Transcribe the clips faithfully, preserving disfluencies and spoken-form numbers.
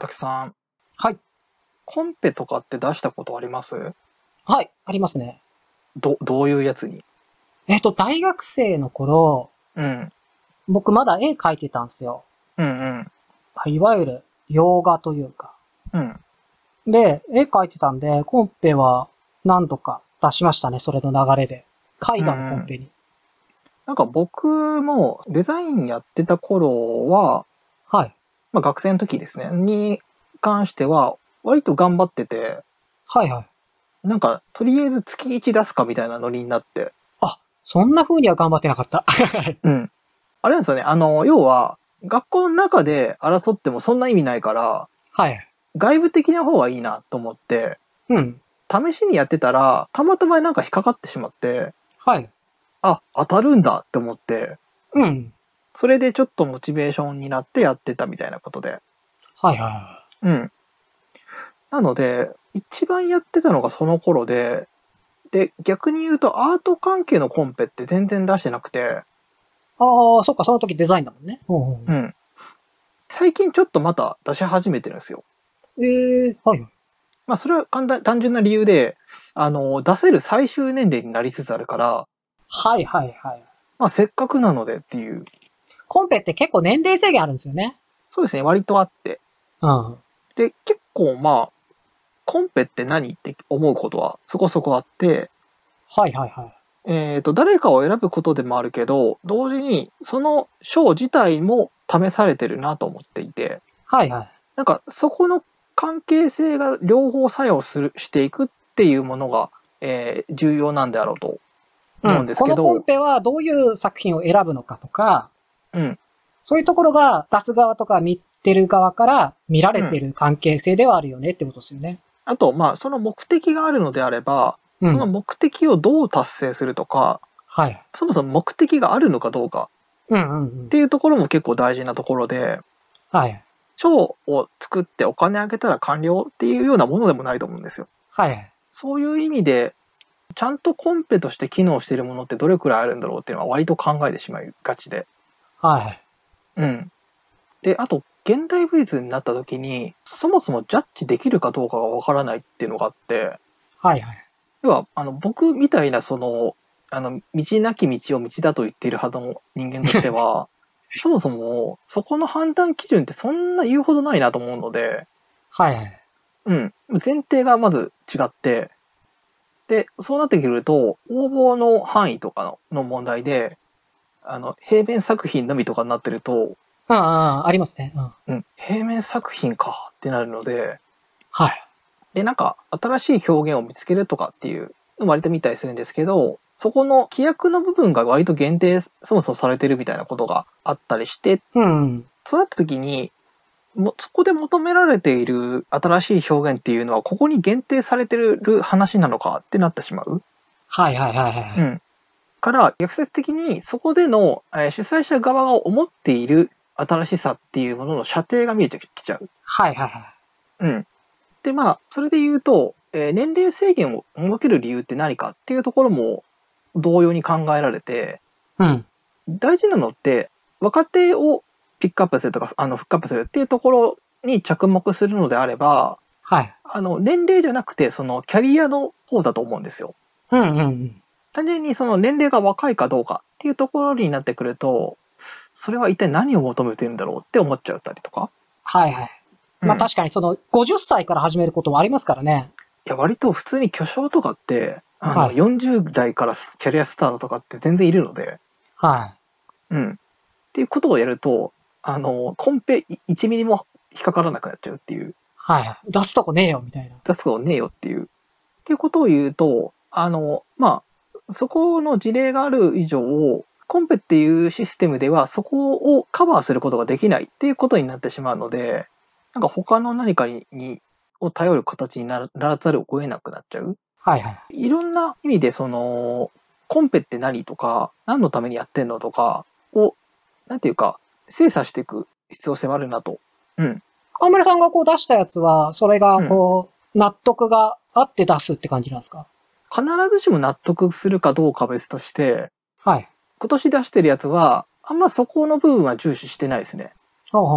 竹さん、 はい。 コンペとかって出したことあります？ はい、ありますね。 ど、どういうやつに？ えっと、大学生の頃、 うん。 僕まだ絵描いてたんですよ。 うんうん。 いわゆる洋画というか。 うん。 で、絵描いてたんで、コンペは何度か出しましたね、それの流れで。絵画のコンペに。 なんか僕もデザインやってた頃は、 はい。 まあ学生の時ですね、に関しては割と頑張ってて、 はいはい。 なんかとりあえず月いち出すかみたいなノリになって。 あ、そんな風には頑張ってなかった。 うん。あれなんですよね、あの、要は、学校の中で争ってもそんな意味ないから、 はい。 外部的な方がいいなと思って、 うん。 試しにやってたら、たまたまなんか引っかかってしまって、 はい。 あ、当たるんだって思って、 うん。 それでちょっとモチベーションになってやってたみたいなことで。 はいはうん。なので、一番やってたのがその頃で、で、逆に言うとアート関係のコンペって全然出してなくて、 い。ああ、そっか、その時デザインだもんね。うんうんうん。最近ちょっとまた出し始めてるんですよ。 ええー、はいはい。 まあそれは簡単単純な理由で、あの、出せる最終年齢になりつつあるから、 はいはいはい。 まあせっかくなのでっていう。 コンペって結構年齢制限あるんですよね。 そうですね、割とあって。 うん。 で、結構まあ、コンペって何って思うことはそこそこあって、 はいはいはい。 えっと、誰かを選ぶことでもあるけど、同時にその賞自体も試されてるなと思っていて、 はいはい。 なんかそこの関係性が両方作用する、していくっていうものが、えー重要なんであろうと思うんうん。このコンですけど、 ペはどういう作品を選ぶのかとか、 うん、 そういうところが出す側とか見てる側から見られてうん。 る関係性ではあるよねってことですよね。 あと、まあ、その目的があるのであれば、そのうん。 目的をどう達成するとか、 はい。 そもそも目的があるのかどうかうんうんうん。 っていうところも結構大事なところで、 はい。 賞を作ってお金あげたら完了っていうようなものでもないと思うんですよ。 はい。 そういう意味で、ちゃんとコンペとして機能しているものってどれくらいあるんだろうっていうのは割と考えてしまいがちで。 はい。 うん。で、あと、現代美術になった時に、そもそもジャッジできるかどうかがわからないっていうのがあって、 はいはい。 要は、あの、僕みたいな、その、あの、道なき道を道だと言っているはずの人間としては、そもそも、そこの判断基準ってそんな言うほどないなと思うので、 はいはい。 うん。前提がまず違って、で、そうなってくると、応募の範囲とかのの問題で、あの、平面作品のみとかになってると、 ああ、ありますね。うん。 うん、平面作品かってなるので、 はい。 で、なんか、新しい表現を見つけるとかっていうのも割と見たりするんですけど、そこの規約の部分が割と限定、そもそもされてるみたいなことがあったりして、 うん。 そうなった時に、もそこで求められている新しい表現っていうのは、ここに限定されてる話なのかってなってしまう。 はいはいはいはい。 うん。から、逆説的にそこでの、えー主催者側が思っている新しさっていうものの射程が見えてきちゃう。 はいはいはい。 うん。で、まあ、それで言うと、えー年齢制限を設ける理由って何かっていうところも同様に考えられて、 うん。 大事なのって、若手をピックアップするとか、あの、フックアップするっていうところに着目するのであれば、 はい。 あの、年齢じゃなくて、そのキャリアの方だと思うんですよ。 うんうんうん。 単純にその年齢が若いかどうかっていうところになってくると、それは一体何を求めてるんだろうって思っちゃったりとか。 はいはい。 うん。 まあい確かにそのごじゅっさいから始めることもありますからね。 や、割と普通に巨匠とかって、あの、 はい。 よんじゅう代からキャリアスタートとかって全然いるので、 はい。 うん。っていうことをやると、あの、コンペいちミリも引っかからなくなっちゃうっていう、 はい。出すとこねえよ、みたいな。 出すことねえよっていう、っていうことを言うと、あの、まあ、そこの事例がある以上、コンペっていうシステムではそこをカバーすることができないっていうことになってしまうので、なんか他の何かに、にを頼る形にならざるを得なくなっちゃう。 はいはい。 いろんな意味でその、コンペって何とか、何のためにやってんのとかを、なんていうか、精査していく必要性はあるなと。うん。 河村さんがこう出したやつは、それがうん。 こう、納得があって出すって感じなんですか？ 必ずしも納得するかどうかは別として、 はい。 今年出してるやつは、あんまそこの部分は重視してないですね。 ほうほうほう。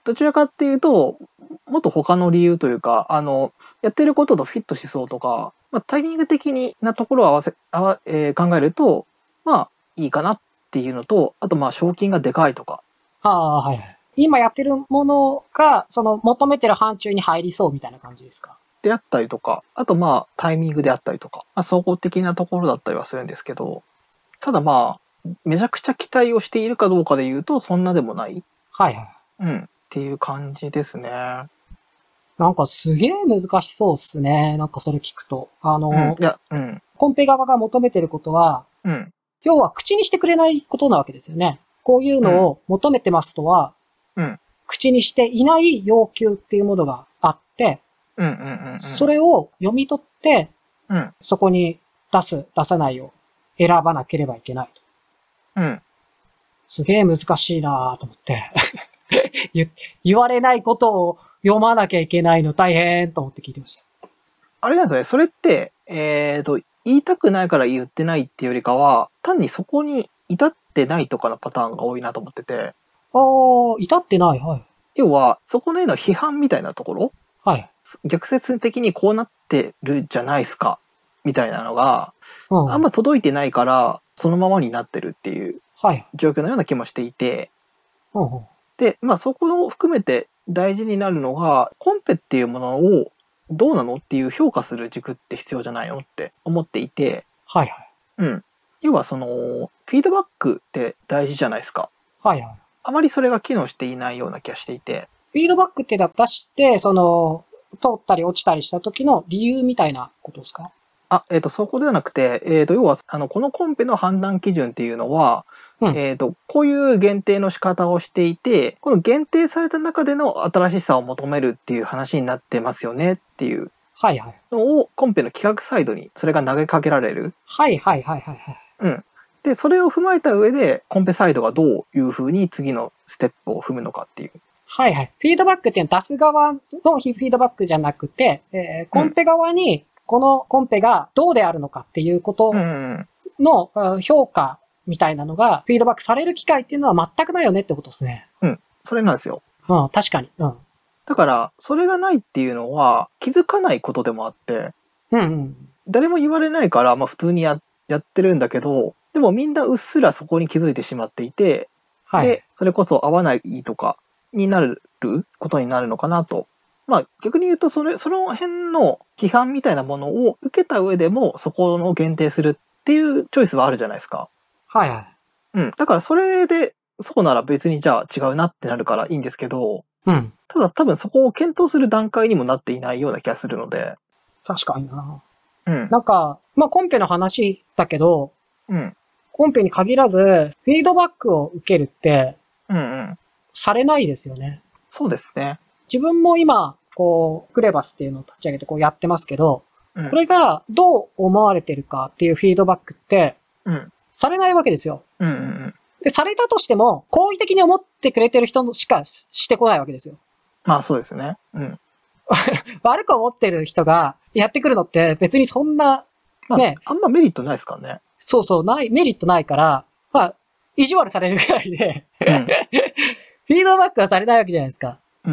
どちらかっていうと、もっと他の理由というか、あの、やってることとフィットしそうとか、まあ、タイミング的になところを合わせ、あわ、えー考えると、まあ、いいかなっていうのと、あとまあ、賞金がでかいとか。 ああ、はいはい。今やってるものが、その求めてる範疇に入りそうみたいな感じですか？ であったりとか、あとまあ、タイミングであったりとか、まあ、総合的なところだったりはするんですけど、ただまあ、めちゃくちゃ期待をしているかどうかで言うと、そんなでもない。 はいはい。 うん。っていう感じですね。 なんかすげえ難しそうっすね。なんかそれ聞くと。あうん。 の、 いや、うん。 コンペ側が求めてることは、 うん。 要は口にしてくれないことなわけですよね。こういうのを求めてますとは、 うん。 口にしていない要求っていうものがあって、 うん。うん。うん。 それを読み取って、 うん。 そこに出す、出さないを選ばなければいけないと。 うん。 すげえ難しいなぁと思って。言、言われないことを読まなきゃいけないの大変と思って聞いてました。 あれなんですね。それって、えっと、言いたくないから言ってないっていうよりかは、単にそこに至ってないとかのパターンが多いなと思ってて、 あー、至ってない。はい。 要は、そこのへの批判みたいなところ、 はい。 逆説的にこうなってるじゃないですか、みたいなのが、 うん。 あんま届いてないから、そのままになってるっていうはい。 状況のような気もしていて、 うんうん。 で、まあそこを含めて大事になるのが、コンペっていうものをどうなのっていう評価する軸って必要じゃないのって思っていて、 はいはい。 うん。要はその、フィードバックって大事じゃないですか。 はいはい。 あまりそれが機能していないような気がしていて。 フィードバックって出して、その、通ったり落ちたりした時の理由みたいなことですか？ あ、えっ、と、そこではなくて、えっ、と、要は、あの、このコンペの判断基準っていうのは、 うん。 えっ、と、こういう限定の仕方をしていて、この限定された中での新しさを求めるっていう話になってますよねっていうはいはい。 のを、コンペの企画サイドにそれが投げかけられる。 はいはいはいはいはい。 うん。で、それを踏まえた上で、コンペサイドがどういうふうに次のステップを踏むのかっていう。 はいはい。フィードバックっていうのは出す側のフィードバックじゃなくて、えー、コンペ側にこのコンペがどうであるのかっていうことうんうんの、うん、評価みたいなのがフィードバックされる機会っていうのは全くないよねってことですね。 うん。それなんですよ。 うん、確かに。うん。 だから、それがないっていうのは気づかないことでもあって、 うんうん。 誰も言われないから、まあ普通にややってるんだけど、でもみんなうっすらそこに気づいてしまっていて、 はい。 で、それこそ合わないとかになることになるのかなと。まあ逆に言うと、それ、その辺の批判みたいなものを受けた上でも、そこを限定するっていうチョイスはあるじゃないですか。 はいはい。 うん。だからそれで、そうなら別にじゃあ違うなってなるからいいんですけど、 うん。 ただ多分そこを検討する段階にもなっていないような気がするので。 確かにな。 うん。 なんか、まあ、コンペの話だけど、 うん。 コンペに限らず、フィードバックを受けるって、 うんうん。 されないですよね。 そうですね。 自分も今、こう、クレバスっていうのを立ち上げてこうやってますけど、 うん、 これがどう思われてるかっていうフィードバックって、 うん。 されないわけですよ。 うんうんうん。 で、されたとしても、好意的に思ってくれてる人しかしてこないわけですよ。 まあそうですね。うん。 悪く思ってる人がやってくるのって別にそんな、 まあ、 ね、 あんまメリットないですからね。 そうそう、ない、メリットないから、まあ、意地悪されるぐらいで、 うん、 フィードバックはされないわけじゃないですか。 うん。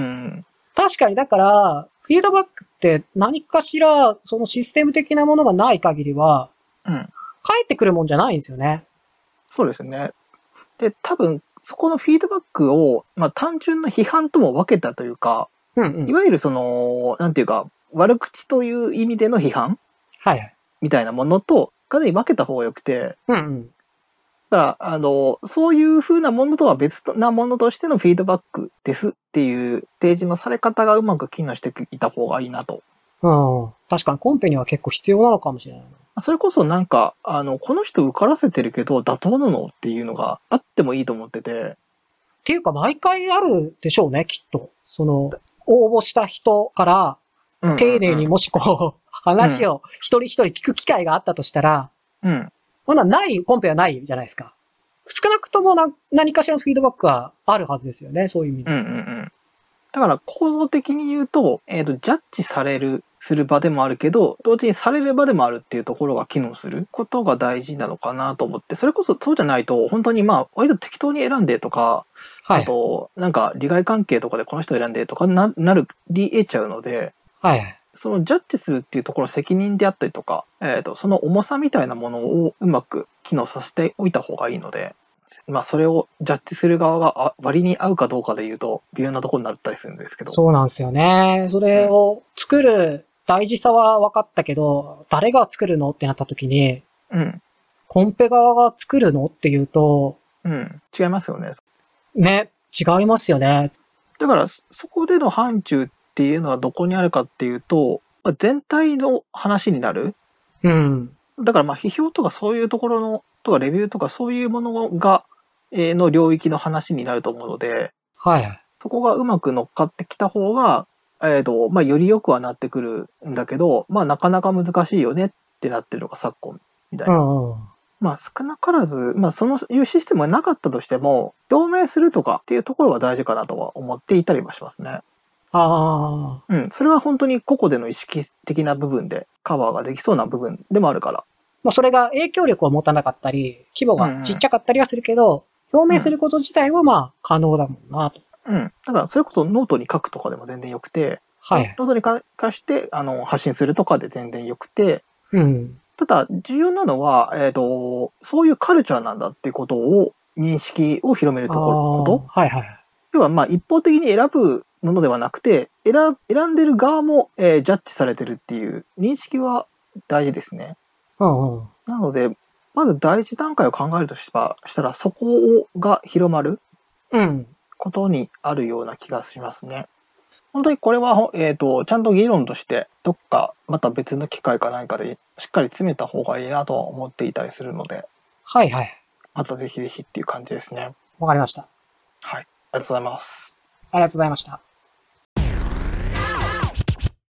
確かに、だから、フィードバックって何かしら、そのシステム的なものがない限りは、 うん。 返ってくるもんじゃないんですよね。 そうですね。で、多分、そこのフィードバックを、まあ単純な批判とも分けたというか、 うんうん。 いわゆるその、なんていうか、悪口という意味での批判はいはい。 みたいなものと、かなり分けた方が良くて、 うんうん。 だから、あの、そういう風なものとは別なものとしてのフィードバックですっていう提示のされ方がうまく機能していた方がいいなと。 うん。確かにコンペには結構必要なのかもしれない。 それこそなんか、あの、この人受からせてるけど妥当なのっていうのがあってもいいと思ってて。 っていうか毎回あるでしょうね、きっと。その、応募した人から、丁寧にもしこう、話を一人一人聞く機会があったとしたら、 うん。 そんなない、コンペはないじゃないですか。少なくともな何かしらのフィードバックはあるはずですよね、そういう意味で。 うんうんうん。 だから構造的に言うと、えっと、ジャッジされる、する場でもあるけど、同時にされる場でもあるっていうところが機能することが大事なのかなと思って、それこそそうじゃないと、本当にまあ、割と適当に選んでとか、 はい。 あと、なんか利害関係とかでこの人選んでとかな、なるり得ちゃうので、 はい。 そのジャッジするっていうところの責任であったりとか、えっと、その重さみたいなものをうまく機能させておいた方がいいので、まあ、それをジャッジする側があ割に合うかどうかで言うと、微妙なところになったりするんですけど。 そうなんですよね。それを作る大事さは分かったけど、誰が作るのってなった時に、 うん。 コンペ側が作るのっていうと、 うん。違いますよね。 ね、違いますよね。 だから、そこでの範疇っていうのはどこにあるかっていうと、まあ全体の話になる。 うん。 だから、まあ、批評とかそういうところの、とかレビューとかそういうものが、えーの領域の話になると思うので、 はい。 そこがうまく乗っかってきた方が、えっと、まあ、より良くはなってくるんだけど、まあ、なかなか難しいよねってなってるのが昨今みたいうな。 んうん。 まあ、少なからず、まあ、そのいうシステムがなかったとしても、表明するとかっていうところは大事かなとは思っていたりはしますね。 ああ。 うん。それは本当に個々での意識的な部分でカバーができそうな部分でもあるから。 まあそれが影響力を持たなかったり、規模がちっちゃかったりはするけど、表明すること自体はまあ可能だもんなと。 うん。だからそれこそノートに書くとかでも全然よくて、 はい。 ノートに書かしてあの発信するとかで全然よくて、 うん。 ただ重要なのは、えっと、そういうカルチャーなんだっていうことを認識を広めるところこと。 はいはい。 要はまあ一方的に選ぶものではなくて、選選んでる側も、えージャッジされてるっていう認識は大事ですね。 うんうん。 なので、まず第一段階を考えるとしたしたら、そこが広まるうん。 ことにあるような気がしますね。本当にこれは、えっと、ちゃんと議論として、どっかまた別の機会か何かでしっかり詰めた方がいいなとは思っていたりするので、 はいはい。 またぜひぜひっていう感じですね。 わかりました。 はい。ありがとうございます。 ありがとうございました。